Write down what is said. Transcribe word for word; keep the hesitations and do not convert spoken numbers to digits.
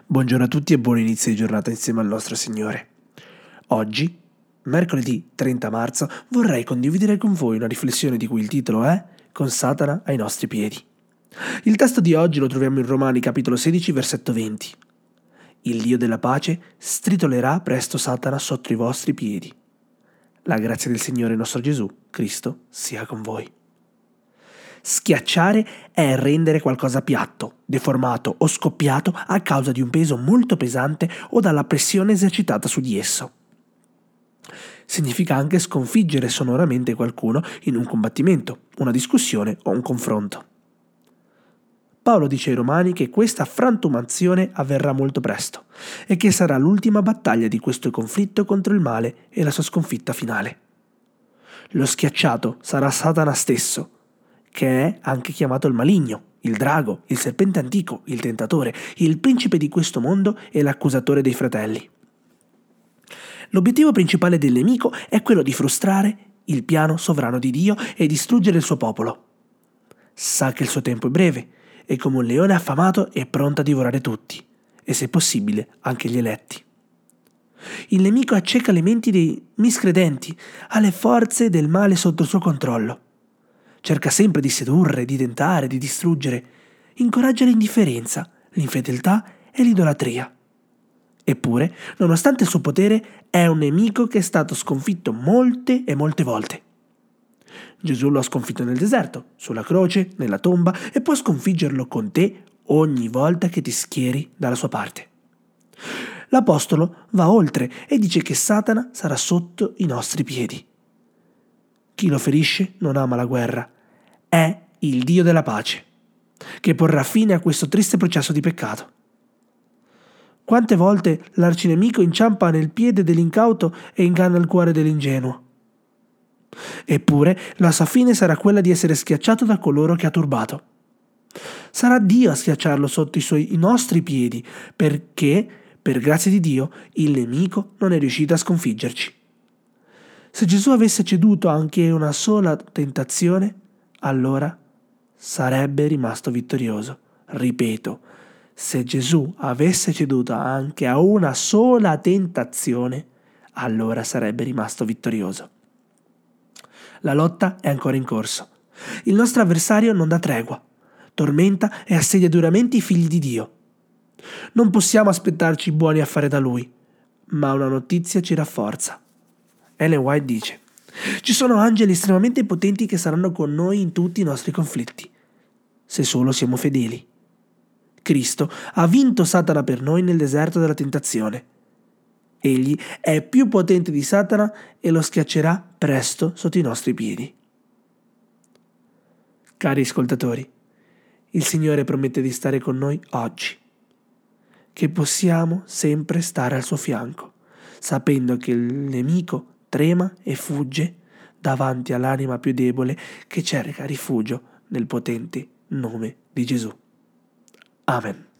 Buongiorno a tutti e buon inizio di giornata insieme al nostro Signore. Oggi, mercoledì trenta marzo, vorrei condividere con voi una riflessione di cui il titolo è Con Satana ai nostri piedi. Il testo di oggi lo troviamo in Romani capitolo sedici versetto venti. Il Dio della pace stritolerà presto Satana sotto i vostri piedi. La grazia del Signore nostro Gesù Cristo sia con voi. Schiacciare è rendere qualcosa piatto, deformato o scoppiato a causa di un peso molto pesante o dalla pressione esercitata su di esso. Significa anche sconfiggere sonoramente qualcuno in un combattimento, una discussione o un confronto. Paolo dice ai Romani che questa frantumazione avverrà molto presto e che sarà l'ultima battaglia di questo conflitto contro il male e la sua sconfitta finale. Lo schiacciato sarà Satana stesso, che è anche chiamato il maligno, il drago, il serpente antico, il tentatore, il principe di questo mondo e l'accusatore dei fratelli. L'obiettivo principale del nemico è quello di frustrare il piano sovrano di Dio e distruggere il suo popolo. Sa che il suo tempo è breve e come un leone affamato è pronto a divorare tutti, e se possibile anche gli eletti. Il nemico acceca le menti dei miscredenti, ha le forze del male sotto il suo controllo. Cerca sempre di sedurre, di tentare, di distruggere. Incoraggia l'indifferenza, l'infedeltà e l'idolatria. Eppure, nonostante il suo potere, è un nemico che è stato sconfitto molte e molte volte. Gesù lo ha sconfitto nel deserto, sulla croce, nella tomba e può sconfiggerlo con te ogni volta che ti schieri dalla sua parte. L'Apostolo va oltre e dice che Satana sarà sotto i nostri piedi. Chi lo ferisce non ama la guerra. È il Dio della pace, che porrà fine a questo triste processo di peccato. Quante volte l'arcinemico inciampa nel piede dell'incauto e inganna il cuore dell'ingenuo. Eppure la sua fine sarà quella di essere schiacciato da coloro che ha turbato. Sarà Dio a schiacciarlo sotto i suoi i nostri piedi, perché, per grazia di Dio, il nemico non è riuscito a sconfiggerci. Se Gesù avesse ceduto anche una sola tentazione, allora sarebbe rimasto vittorioso. Ripeto, se Gesù avesse ceduto anche a una sola tentazione, allora sarebbe rimasto vittorioso. La lotta è ancora in corso. Il nostro avversario non dà tregua, tormenta e assedia duramente i figli di Dio. Non possiamo aspettarci buoni affari da Lui, ma una notizia ci rafforza. Ellen White dice: ci sono angeli estremamente potenti che saranno con noi in tutti i nostri conflitti, se solo siamo fedeli. Cristo ha vinto Satana per noi nel deserto della tentazione. Egli è più potente di Satana e lo schiaccerà presto sotto i nostri piedi. Cari ascoltatori, il Signore promette di stare con noi oggi, che possiamo sempre stare al suo fianco, sapendo che il nemico trema e fugge davanti all'anima più debole che cerca rifugio nel potente nome di Gesù. Amen.